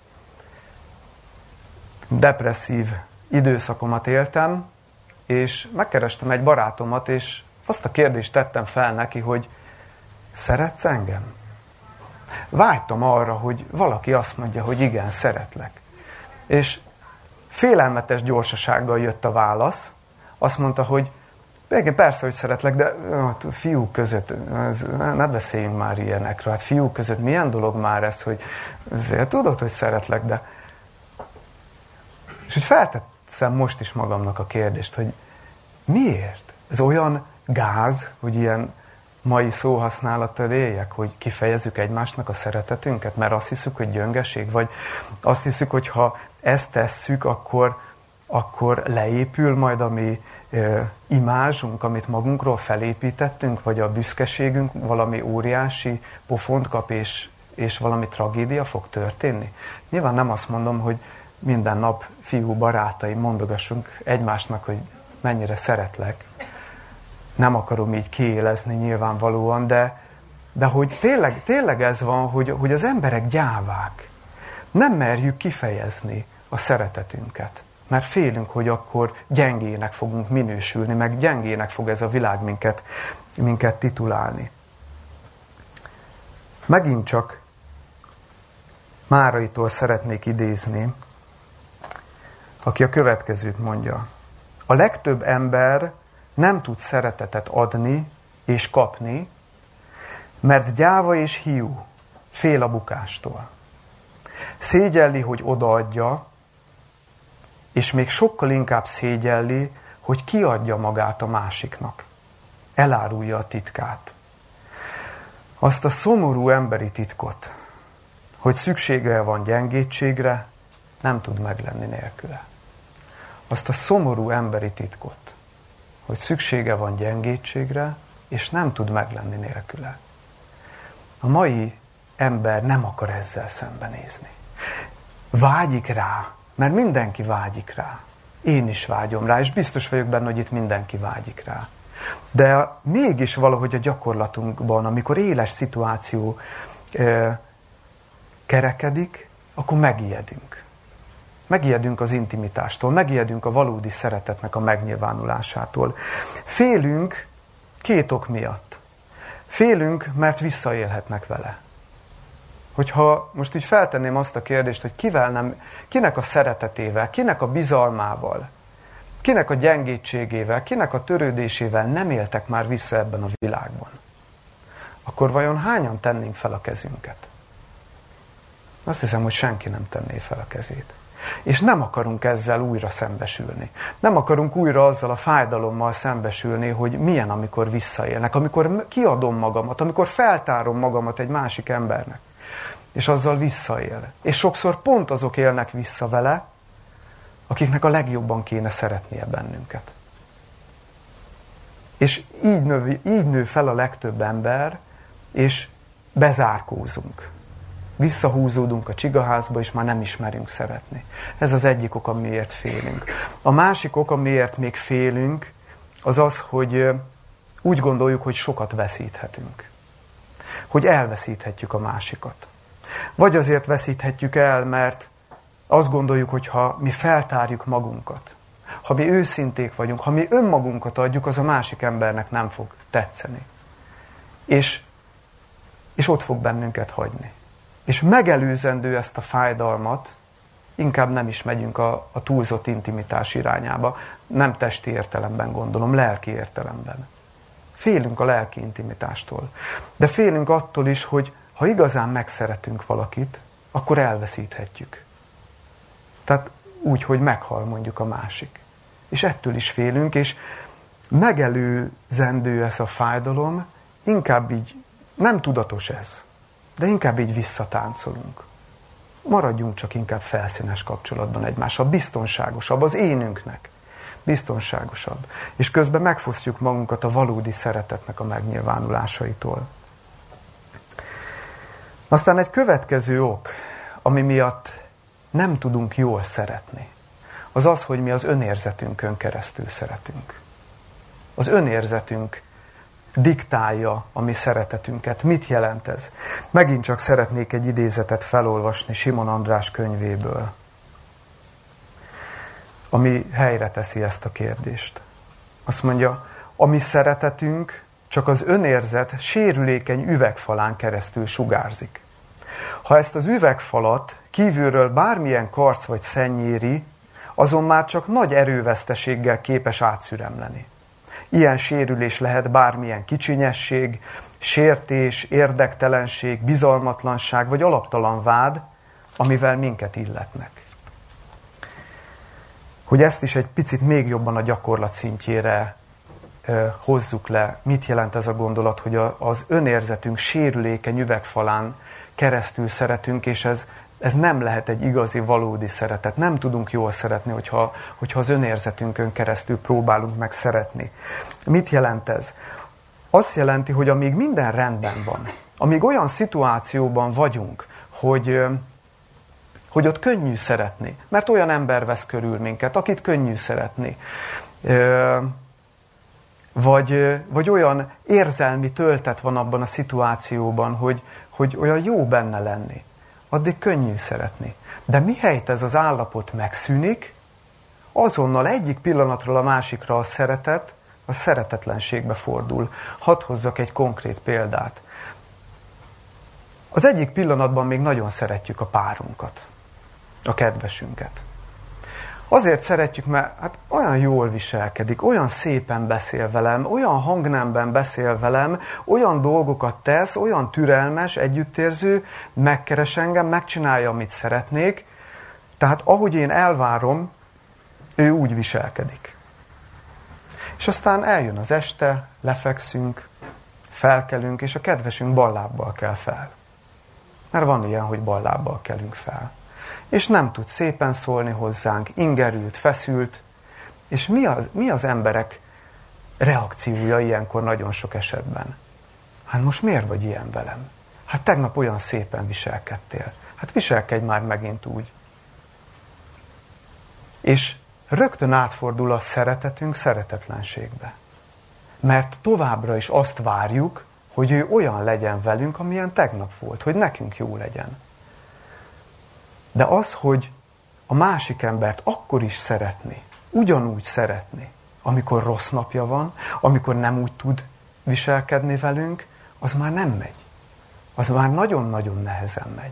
depresszív időszakomat éltem, és megkerestem egy barátomat, és azt a kérdést tettem fel neki, hogy szeretsz engem? Vágytam arra, hogy valaki azt mondja, hogy igen, szeretlek. És félelmetes gyorsasággal jött a válasz. Azt mondta, hogy igen, persze, hogy szeretlek, de fiúk között, ne beszéljünk már ilyenekről. Hát fiúk között milyen dolog már ez, hogy azért tudod, hogy szeretlek, de... És hogy feltettem most is magamnak a kérdést, hogy miért? Ez olyan gáz, hogy ilyen mai szóhasználattal éljek, hogy kifejezzük egymásnak a szeretetünket, mert azt hiszük, hogy gyöngeség, vagy azt hiszük, hogy ha ezt tesszük, akkor leépül majd a mi imázsunk, amit magunkról felépítettünk, vagy a büszkeségünk valami óriási pofont kap, és valami tragédia fog történni. Nyilván nem azt mondom, hogy minden nap fiú barátaim mondogassunk egymásnak, hogy mennyire szeretlek. Nem akarom így kiélezni nyilvánvalóan, de hogy tényleg ez van, hogy az emberek gyávák. Nem merjük kifejezni a szeretetünket. Mert félünk, hogy akkor gyengének fogunk minősülni, meg gyengének fog ez a világ minket titulálni. Megint csak Máraitól szeretnék idézni, aki a következőt mondja. A legtöbb ember nem tud szeretetet adni és kapni, mert gyáva és hiú, fél a bukástól. Szégyelli, hogy odaadja, és még sokkal inkább szégyelli, hogy kiadja magát a másiknak. Elárulja a titkát. Azt a szomorú emberi titkot, hogy szüksége van gyengétségre, nem tud meglenni nélküle. Azt a szomorú emberi titkot, hogy szüksége van gyengétségre, és nem tud meglenni nélküle. A mai ember nem akar ezzel szembenézni. Vágyik rá, mert mindenki vágyik rá. Én is vágyom rá, és biztos vagyok benne, hogy itt mindenki vágyik rá. De mégis valahogy a gyakorlatunkban, amikor éles szituáció kerekedik, akkor megijedünk. Megijedünk az intimitástól, megijedünk a valódi szeretetnek a megnyilvánulásától. Félünk két ok miatt. Félünk, mert visszaélhetnek vele. Hogyha most így feltenném azt a kérdést, hogy kinek a szeretetével, kinek a bizalmával, kinek a gyengétségével, kinek a törődésével nem éltek már vissza ebben a világban, akkor vajon hányan tennénk fel a kezünket? Azt hiszem, hogy senki nem tenné fel a kezét. És nem akarunk ezzel újra szembesülni. Nem akarunk újra azzal a fájdalommal szembesülni, hogy milyen, amikor visszaélnek, amikor kiadom magamat, amikor feltárom magamat egy másik embernek, és azzal visszaél. És sokszor pont azok élnek vissza vele, akiknek a legjobban kéne szeretnie bennünket. És így nő fel a legtöbb ember, és bezárkózunk. Visszahúzódunk a csigaházba, és már nem ismerünk szeretni. Ez az egyik ok, amiért félünk. A másik ok, amiért még félünk, az az, hogy úgy gondoljuk, hogy sokat veszíthetünk. Hogy elveszíthetjük a másikat. Vagy azért veszíthetjük el, mert azt gondoljuk, hogy ha mi feltárjuk magunkat, ha mi őszinték vagyunk, ha mi önmagunkat adjuk, az a másik embernek nem fog tetszeni. És és ott fog bennünket hagyni. És megelőzendő ezt a fájdalmat, inkább nem is megyünk a túlzott intimitás irányába, nem testi értelemben gondolom, lelki értelemben. Félünk a lelki intimitástól. De félünk attól is, hogy ha igazán megszeretünk valakit, akkor elveszíthetjük. Tehát úgy, hogy meghal mondjuk a másik. És ettől is félünk, és megelőzendő ez a fájdalom, inkább így, nem tudatos ez, de inkább így visszatáncolunk. Maradjunk csak inkább felszínes kapcsolatban egymással, biztonságosabb az énünknek. Biztonságosabb. És közben megfosztjuk magunkat a valódi szeretetnek a megnyilvánulásaitól. Aztán egy következő ok, ami miatt nem tudunk jól szeretni, az az, hogy mi az önérzetünkön keresztül szeretünk. Az önérzetünk diktálja a mi szeretetünket. Mit jelent ez? Megint csak szeretnék egy idézetet felolvasni Simon András könyvéből, ami helyre teszi ezt a kérdést. Azt mondja, a mi szeretetünk csak az önérzet sérülékeny üvegfalán keresztül sugárzik. Ha ezt az üvegfalat kívülről bármilyen karc vagy szenny éri, azon már csak nagy erőveszteséggel képes átszüremleni. Ilyen sérülés lehet bármilyen kicsinyesség, sértés, érdektelenség, bizalmatlanság vagy alaptalan vád, amivel minket illetnek. Hogy ezt is egy picit még jobban a gyakorlat szintjére hozzuk le, mit jelent ez a gondolat, hogy az önérzetünk sérülékeny üvegfalán keresztül szeretünk, és ez nem lehet egy igazi, valódi szeretet. Nem tudunk jól szeretni, hogyha az önérzetünkön keresztül próbálunk meg szeretni. Mit jelent ez? Azt jelenti, hogy amíg minden rendben van, amíg olyan szituációban vagyunk, hogy ott könnyű szeretni, mert olyan ember vesz körül minket, akit könnyű szeretni. Vagy olyan érzelmi töltet van abban a szituációban, hogy olyan jó benne lenni. Addig könnyű szeretni. De mihelyt ez az állapot megszűnik, azonnal egyik pillanatról a másikra a szeretet, a szeretetlenségbe fordul. Hadd hozzak egy konkrét példát. Az egyik pillanatban még nagyon szeretjük a párunkat, a kedvesünket. Azért szeretjük, mert hát olyan jól viselkedik, olyan szépen beszél velem, olyan hangnemben beszél velem, olyan dolgokat tesz, olyan türelmes, együttérző, megkeres engem, megcsinálja, amit szeretnék. Tehát ahogy én elvárom, ő úgy viselkedik. És aztán eljön az este, lefekszünk, felkelünk, és a kedvesünk ballábbal kell fel. Mert van ilyen, hogy ballábbal kelünk fel. És nem tud szépen szólni hozzánk, ingerült, feszült. És mi az emberek reakciója ilyenkor nagyon sok esetben? Hát most miért vagy ilyen velem? Hát tegnap olyan szépen viselkedtél. Hát viselkedj már megint úgy. És rögtön átfordul a szeretetünk szeretetlenségbe. Mert továbbra is azt várjuk, hogy ő olyan legyen velünk, amilyen tegnap volt, hogy nekünk jó legyen. De az, hogy a másik embert akkor is szeretni, ugyanúgy szeretni, amikor rossz napja van, amikor nem úgy tud viselkedni velünk, az már nem megy. Az már nagyon-nagyon nehezen megy.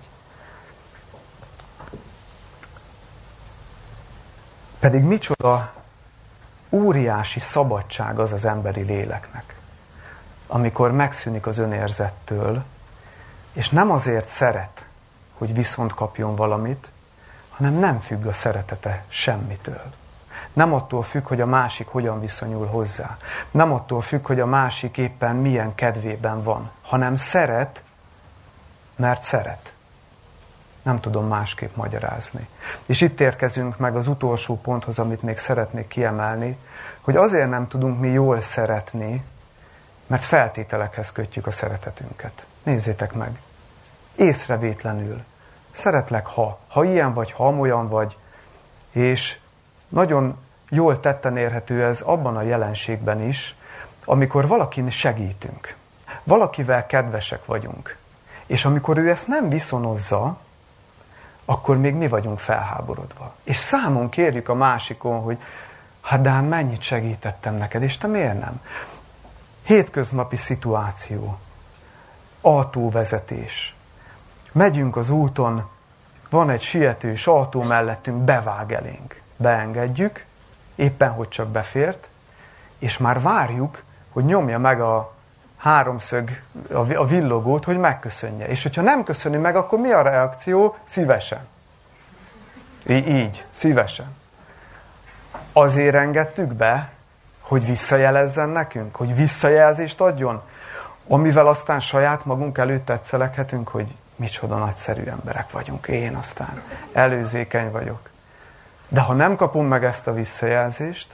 Pedig micsoda óriási szabadság az emberi léleknek, amikor megszűnik az önérzettől, és nem azért szeret, hogy viszont kapjon valamit, hanem nem függ a szeretete semmitől. Nem attól függ, hogy a másik hogyan viszonyul hozzá. Nem attól függ, hogy a másik éppen milyen kedvében van, hanem szeret, mert szeret. Nem tudom másképp magyarázni. És itt érkezünk meg az utolsó ponthoz, amit még szeretnék kiemelni, hogy azért nem tudunk mi jól szeretni, mert feltételekhez kötjük a szeretetünket. Nézzétek meg. Észrevétlenül. Szeretlek, ha ilyen vagy, ha amolyan vagy, és nagyon jól tetten érhető ez abban a jelenségben is, amikor valakin segítünk, valakivel kedvesek vagyunk, és amikor ő ezt nem viszonozza, akkor még mi vagyunk felháborodva. És számon kérjük a másikon, hogy hát de mennyit segítettem neked, és te miért nem? Hétköznapi szituáció. autóvezetés. Megyünk az úton, van egy sietős autó mellettünk, bevág elénk. Beengedjük, éppen hogy csak befért, és már várjuk, hogy nyomja meg a háromszög, a villogót, hogy megköszönje. És hogyha nem köszöni meg, akkor mi a reakció? Szívesen. Így, szívesen. Azért engedtük be, hogy visszajelezzen nekünk, hogy visszajelzést adjon, amivel aztán saját magunk előtt tetszeleghetünk, hogy micsoda nagyszerű emberek vagyunk. Én aztán előzékeny vagyok. De ha nem kapom meg ezt a visszajelzést,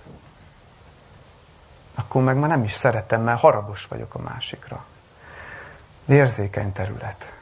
akkor meg már nem is szeretem, mert haragos vagyok a másikra. Érzékeny terület.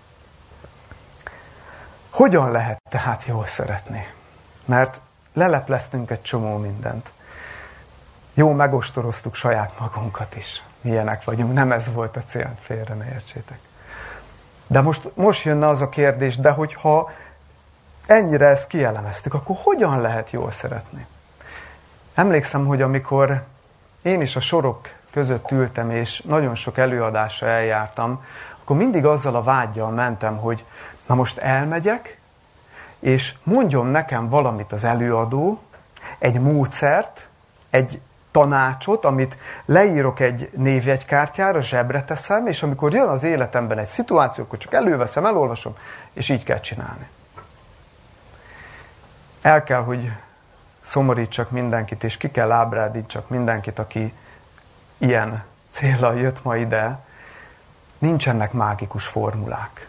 Hogyan lehet tehát jól szeretni? Mert lelepleztünk egy csomó mindent. Jó, megostoroztuk saját magunkat is. Milyenek vagyunk, nem ez volt a cél, félre ne értsétek. De most jönne az a kérdés, de hogyha ennyire ezt kielemeztük, akkor hogyan lehet jól szeretni? Emlékszem, hogy amikor én is a sorok között ültem, és nagyon sok előadásra eljártam, akkor mindig azzal a vággyal mentem, hogy na most elmegyek, és mondjon nekem valamit az előadó, egy módszert, egy tanácsot, amit leírok egy névjegykártyára, zsebre teszem, és amikor jön az életemben egy szituáció, akkor csak előveszem, elolvasom, és így kell csinálni. El kell, hogy szomorítsak mindenkit, és ki kell ábrándítsak mindenkit, aki ilyen céllal jött ma ide. Nincsenek mágikus formulák.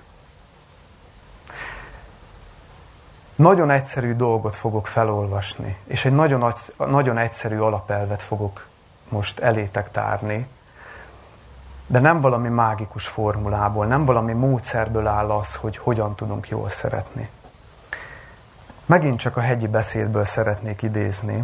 Nagyon egyszerű dolgot fogok felolvasni, és egy nagyon egyszerű alapelvet fogok most elétek tárni, de nem valami mágikus formulából, nem valami módszerből áll az, hogy hogyan tudunk jól szeretni. Megint csak a hegyi beszédből szeretnék idézni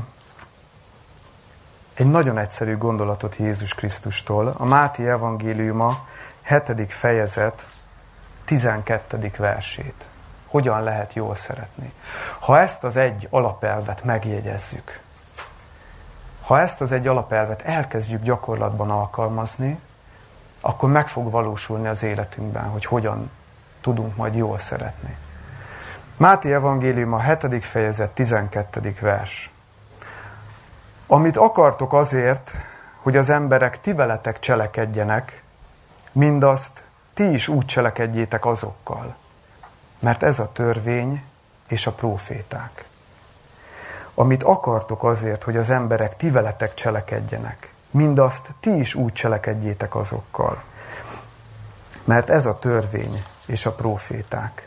egy nagyon egyszerű gondolatot Jézus Krisztustól. A Máté evangéliuma 7. fejezet 12. versét. Hogyan lehet jól szeretni? Ha ezt az egy alapelvet megjegyezzük, ha ezt az egy alapelvet elkezdjük gyakorlatban alkalmazni, akkor meg fog valósulni az életünkben, hogy hogyan tudunk majd jól szeretni. Máté evangélium a 7. fejezet 12. vers. Amit akartok azért, hogy az emberek ti veletek cselekedjenek, mindazt ti is úgy cselekedjétek azokkal. Mert ez a törvény és a próféták. Amit akartok azért, hogy az emberek ti veletek cselekedjenek, mindazt ti is úgy cselekedjétek azokkal. Mert ez a törvény és a próféták.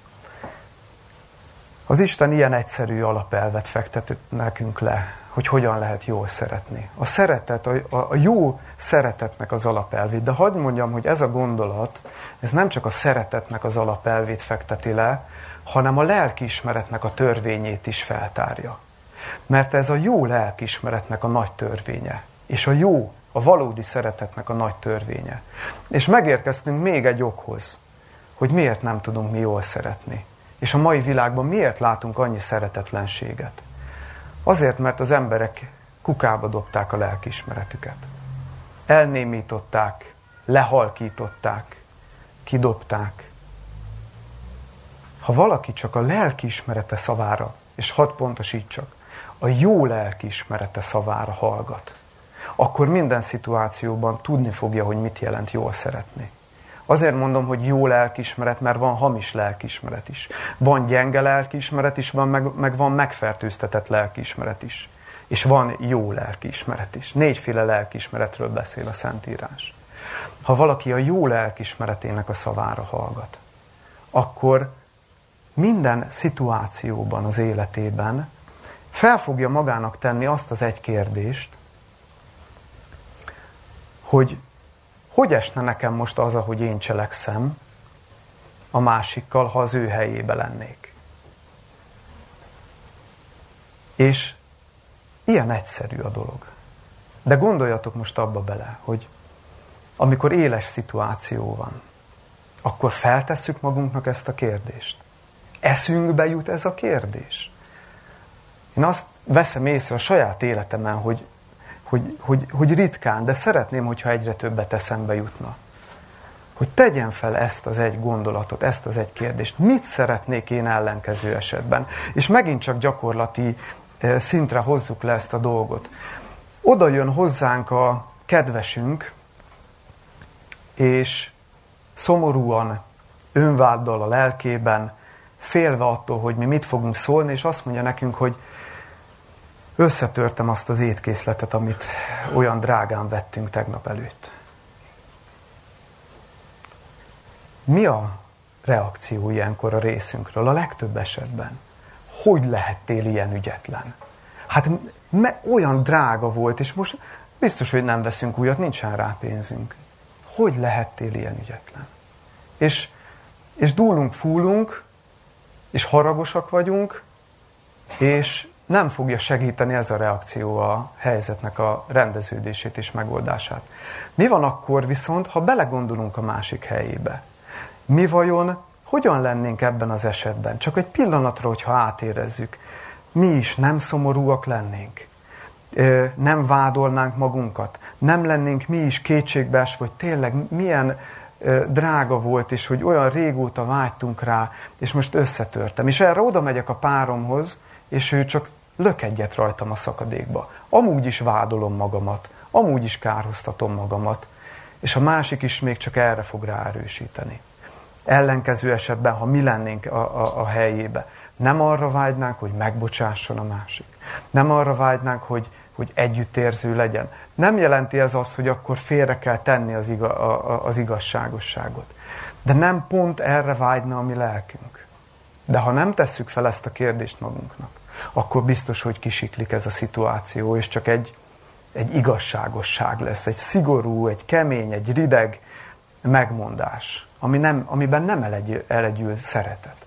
Az Isten ilyen egyszerű alapelvet fektet nekünk le, hogy hogyan lehet jól szeretni. A szeretet, a jó szeretetnek az alapelvét. De hadd mondjam, hogy ez a gondolat, ez nem csak a szeretetnek az alapelvét fekteti le, hanem a lelkiismeretnek a törvényét is feltárja. Mert ez a jó lelkiismeretnek a nagy törvénye. És a valódi szeretetnek a nagy törvénye. És megérkeztünk még egy okhoz, hogy miért nem tudunk mi jól szeretni. És a mai világban miért látunk annyi szeretetlenséget? Azért, mert az emberek kukába dobták a lelkiismeretüket. Elnémították, lehalkították, kidobták. Ha valaki csak a lelkiismerete szavára, és hadd pontosítsak, a jó lelkiismerete szavára hallgat, akkor minden szituációban tudni fogja, hogy mit jelent jól szeretni. Azért mondom, hogy jó lelkiismeret, mert van hamis lelkiismeret is. Van gyenge lelkiismeret is, meg van megfertőztetett lelkiismeret is. És van jó lelkiismeret is. 4 lelkiismeretről beszél a Szentírás. Ha valaki a jó lelkiismeretének a szavára hallgat, akkor minden szituációban az életében fel fogja magának tenni azt az egy kérdést, hogy esne nekem most az, ahogy én cselekszem a másikkal, ha az ő helyébe lennék. És ilyen egyszerű a dolog. De gondoljatok most abba bele, hogy amikor éles szituáció van, akkor feltesszük magunknak ezt a kérdést. Eszünkbe jut ez a kérdés. Én azt veszem észre a saját életemben, hogy ritkán, de szeretném, hogyha egyre többet eszembe jutna. hogy tegyen fel ezt az egy gondolatot, ezt az egy kérdést. Mit szeretnék én ellenkező esetben? És megint csak gyakorlati szintre hozzuk le ezt a dolgot. Oda jön hozzánk a kedvesünk, és szomorúan, önváddal a lelkében, félve attól, hogy mi mit fogunk szólni, és azt mondja nekünk, hogy összetörtem azt az étkészletet, amit olyan drágán vettünk tegnap előtt. Mi a reakció ilyenkor a részünkről? A legtöbb esetben. Hogy lehettél ilyen ügyetlen? Hát olyan drága volt, és most biztos, hogy nem veszünk újat, nincsen rá pénzünk. Hogy lehettél ilyen ügyetlen? És dúlunk, fúlunk, és haragosak vagyunk, és nem fogja segíteni ez a reakció a helyzetnek a rendeződését és megoldását. Mi van akkor viszont, ha belegondolunk a másik helyébe? Mi vajon, hogyan lennénk ebben az esetben? Csak egy pillanatra, hogyha átérezzük, mi is nem szomorúak lennénk? Nem vádolnánk magunkat? Nem lennénk mi is kétségbeesve, hogy tényleg milyen drága volt, és hogy olyan régóta vágytunk rá, és most összetörtem. És erre oda megyek a páromhoz, és ő csak lök egyet rajtam a szakadékba. Amúgy is vádolom magamat, amúgy is kárhoztatom magamat, és a másik is még csak erre fog ráerősíteni. Ellenkező esetben, ha mi lennénk a helyébe, nem arra vágynánk, hogy megbocsásson a másik. Nem arra vágynánk, hogy együttérző legyen. Nem jelenti ez azt, hogy akkor félre kell tenni az igazságosságot. De nem pont erre vágyna a mi lelkünk. De ha nem tesszük fel ezt a kérdést magunknak, akkor biztos, hogy kisiklik ez a szituáció, és csak egy igazságosság lesz, egy szigorú, egy kemény, egy rideg megmondás, amiben nem elegyül szeretet.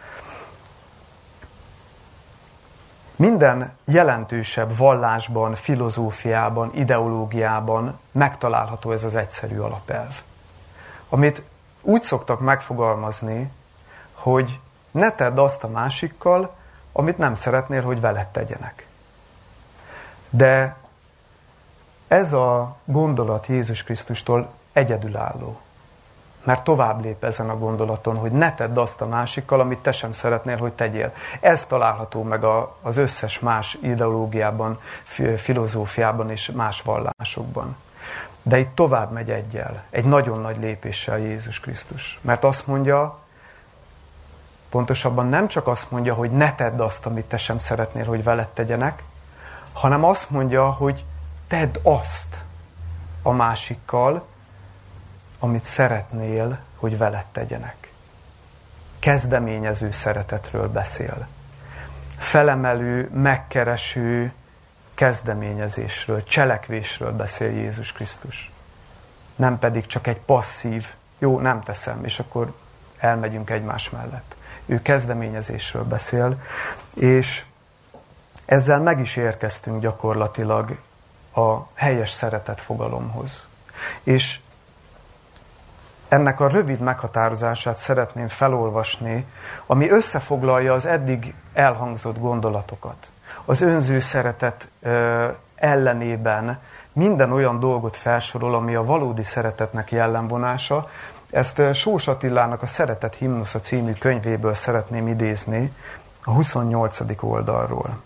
Minden jelentősebb vallásban, filozófiában, ideológiában megtalálható ez az egyszerű alapelv. Amit úgy szoktak megfogalmazni, hogy ne tedd azt a másikkal, amit nem szeretnél, hogy veled tegyenek. De ez a gondolat Jézus Krisztustól egyedülálló. Mert tovább lép ezen a gondolaton, hogy ne tedd azt a másikkal, amit te sem szeretnél, hogy tegyél. Ez található meg az összes más ideológiában, filozófiában és más vallásokban. De itt tovább megy egyel, egy nagyon nagy lépéssel Jézus Krisztus. Mert azt mondja, pontosabban nem csak azt mondja, hogy ne tedd azt, amit te sem szeretnél, hogy veled tegyenek, hanem azt mondja, hogy tedd azt a másikkal, amit szeretnél, hogy veled tegyenek. Kezdeményező szeretetről beszél. Felemelő, megkereső kezdeményezésről, cselekvésről beszél Jézus Krisztus. Nem pedig csak egy passzív, jó, nem teszem, és akkor elmegyünk egymás mellett. Ő kezdeményezésről beszél, és ezzel meg is érkeztünk gyakorlatilag a helyes szeretet fogalomhoz. És ennek a rövid meghatározását szeretném felolvasni, ami összefoglalja az eddig elhangzott gondolatokat. Az önző szeretet ellenében minden olyan dolgot felsorol, ami a valódi szeretetnek jellemvonása. Ezt Sós Attilának a Szeretet himnusza című könyvéből szeretném idézni, a 28. oldalról.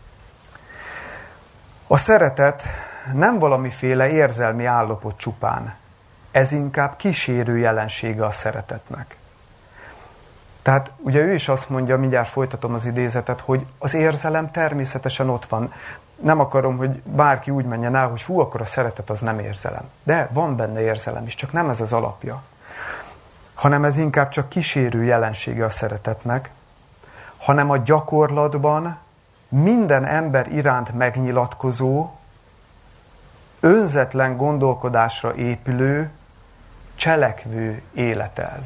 A szeretet nem valamiféle érzelmi állapot csupán. Ez inkább kísérő jelensége a szeretetnek. Tehát ugye ő is azt mondja, mindjárt folytatom az idézetet, hogy az érzelem természetesen ott van. Nem akarom, hogy bárki úgy menjen el, hogy akkor a szeretet az nem érzelem. De van benne érzelem is, csak nem ez az alapja. Hanem ez inkább csak kísérő jelensége a szeretetnek, hanem a gyakorlatban minden ember iránt megnyilatkozó, önzetlen gondolkodásra épülő, cselekvő életelv.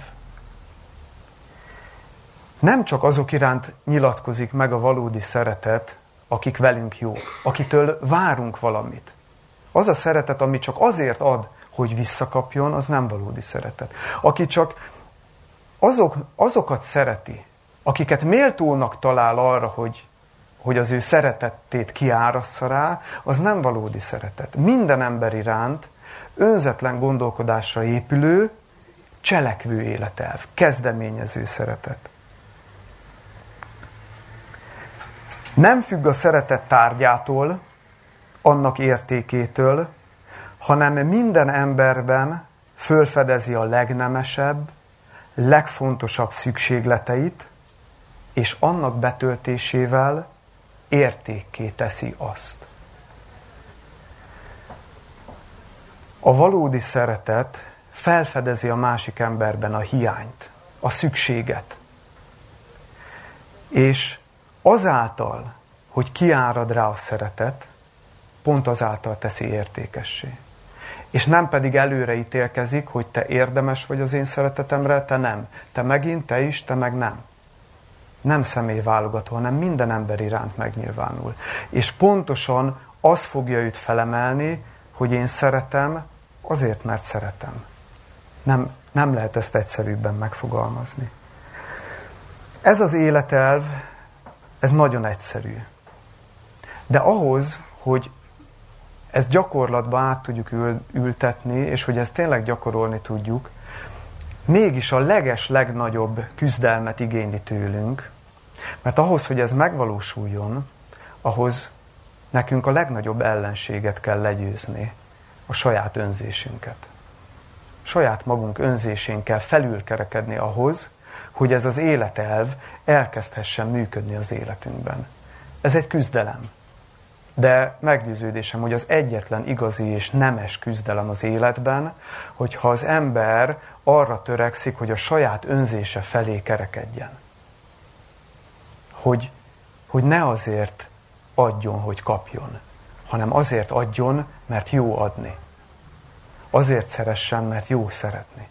Nem csak azok iránt nyilatkozik meg a valódi szeretet, akik velünk jók, akitől várunk valamit. Az a szeretet, ami csak azért ad, hogy visszakapjon, az nem valódi szeretet. Aki csak azokat szereti, akiket méltónak talál arra, hogy az ő szeretetét kiárassza rá, az nem valódi szeretet. Minden ember iránt önzetlen gondolkodásra épülő cselekvő életelv, kezdeményező szeretet. Nem függ a szeretet tárgyától, annak értékétől, hanem minden emberben fölfedezi a legnemesebb, legfontosabb szükségleteit, és annak betöltésével értékké teszi azt. A valódi szeretet felfedezi a másik emberben a hiányt, a szükséget. És azáltal, hogy kiárad rá a szeretet, pont azáltal teszi értékessé. És nem pedig előre ítélkezik, hogy te érdemes vagy az én szeretetemre, te nem. Te megint, te is, te meg nem. Nem személyválogató, hanem minden ember iránt megnyilvánul. És pontosan az fogja őt felemelni, hogy én szeretem, azért, mert szeretem. Nem lehet ezt egyszerűbben megfogalmazni. Ez az életelv, ez nagyon egyszerű. De ahhoz, hogy ezt gyakorlatba át tudjuk ültetni, és hogy ezt tényleg gyakorolni tudjuk, mégis a legnagyobb küzdelmet igényli tőlünk, mert ahhoz, hogy ez megvalósuljon, ahhoz nekünk a legnagyobb ellenséget kell legyőzni, a saját önzésünket. Saját magunk önzésén kell felülkerekedni ahhoz, hogy ez az életelv elkezdhessen működni az életünkben. Ez egy küzdelem. De meggyőződésem, hogy az egyetlen igazi és nemes küzdelem az életben, hogyha az ember arra törekszik, hogy a saját önzése felé kerekedjen. Hogy ne azért adjon, hogy kapjon, hanem azért adjon, mert jó adni. Azért szeressen, mert jó szeretni.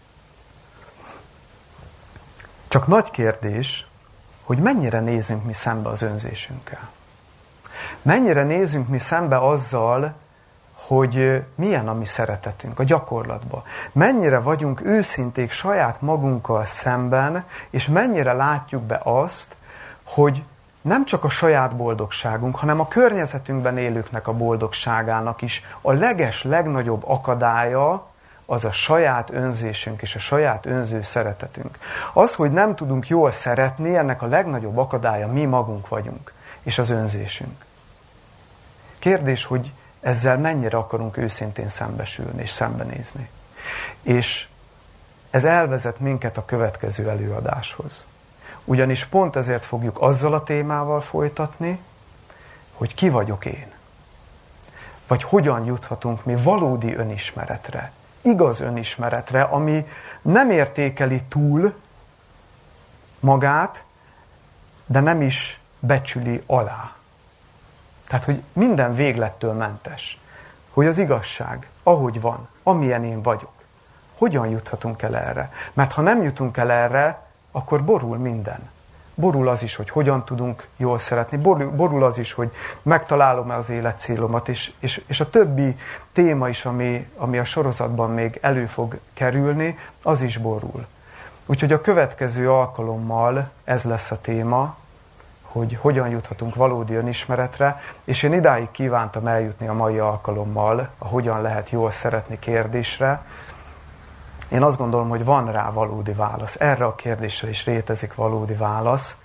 Csak nagy kérdés, hogy mennyire nézünk mi szembe az önzésünkkel. Mennyire nézünk mi szembe azzal, hogy milyen a mi szeretetünk a gyakorlatban. Mennyire vagyunk őszinték saját magunkkal szemben, és mennyire látjuk be azt, hogy nem csak a saját boldogságunk, hanem a környezetünkben élőknek a boldogságának is a legnagyobb akadálya az a saját önzésünk és a saját önző szeretetünk. Az, hogy nem tudunk jól szeretni, ennek a legnagyobb akadálya mi magunk vagyunk, és az önzésünk. Kérdés, hogy ezzel mennyire akarunk őszintén szembesülni és szembenézni. És ez elvezet minket a következő előadáshoz. Ugyanis pont ezért fogjuk azzal a témával folytatni, hogy ki vagyok én. Vagy hogyan juthatunk mi valódi önismeretre, igaz önismeretre, ami nem értékeli túl magát, de nem is becsüli alá. Tehát, hogy minden véglettől mentes. Hogy az igazság, ahogy van, amilyen én vagyok. Hogyan juthatunk el erre? Mert ha nem jutunk el erre, akkor borul minden. Borul az is, hogy hogyan tudunk jól szeretni, borul az is, hogy megtalálom-e az életcélomat, és a többi téma is, ami a sorozatban még elő fog kerülni, az is borul. Úgyhogy a következő alkalommal ez lesz a téma, hogy hogyan juthatunk valódi önismeretre, és én idáig kívántam eljutni a mai alkalommal, a hogyan lehet jól szeretni kérdésre. Én azt gondolom, hogy van rá valódi válasz. Erre a kérdésre is létezik valódi válasz,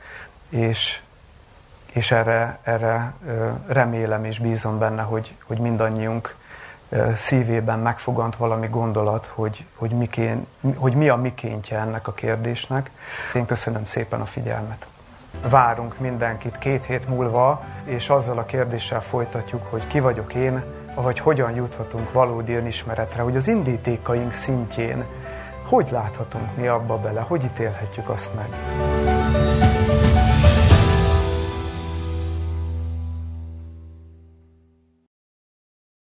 és erre remélem és bízom benne, hogy mindannyiunk szívében megfogant valami gondolat, hogy mi a mikéntje ennek a kérdésnek. Én köszönöm szépen a figyelmet. Várunk mindenkit 2 hét múlva, és azzal a kérdéssel folytatjuk, hogy ki vagyok én, vagy hogyan juthatunk valódi önismeretre, hogy az indítékaink szintjén hogy láthatunk mi abba bele, hogy ítélhetjük azt meg.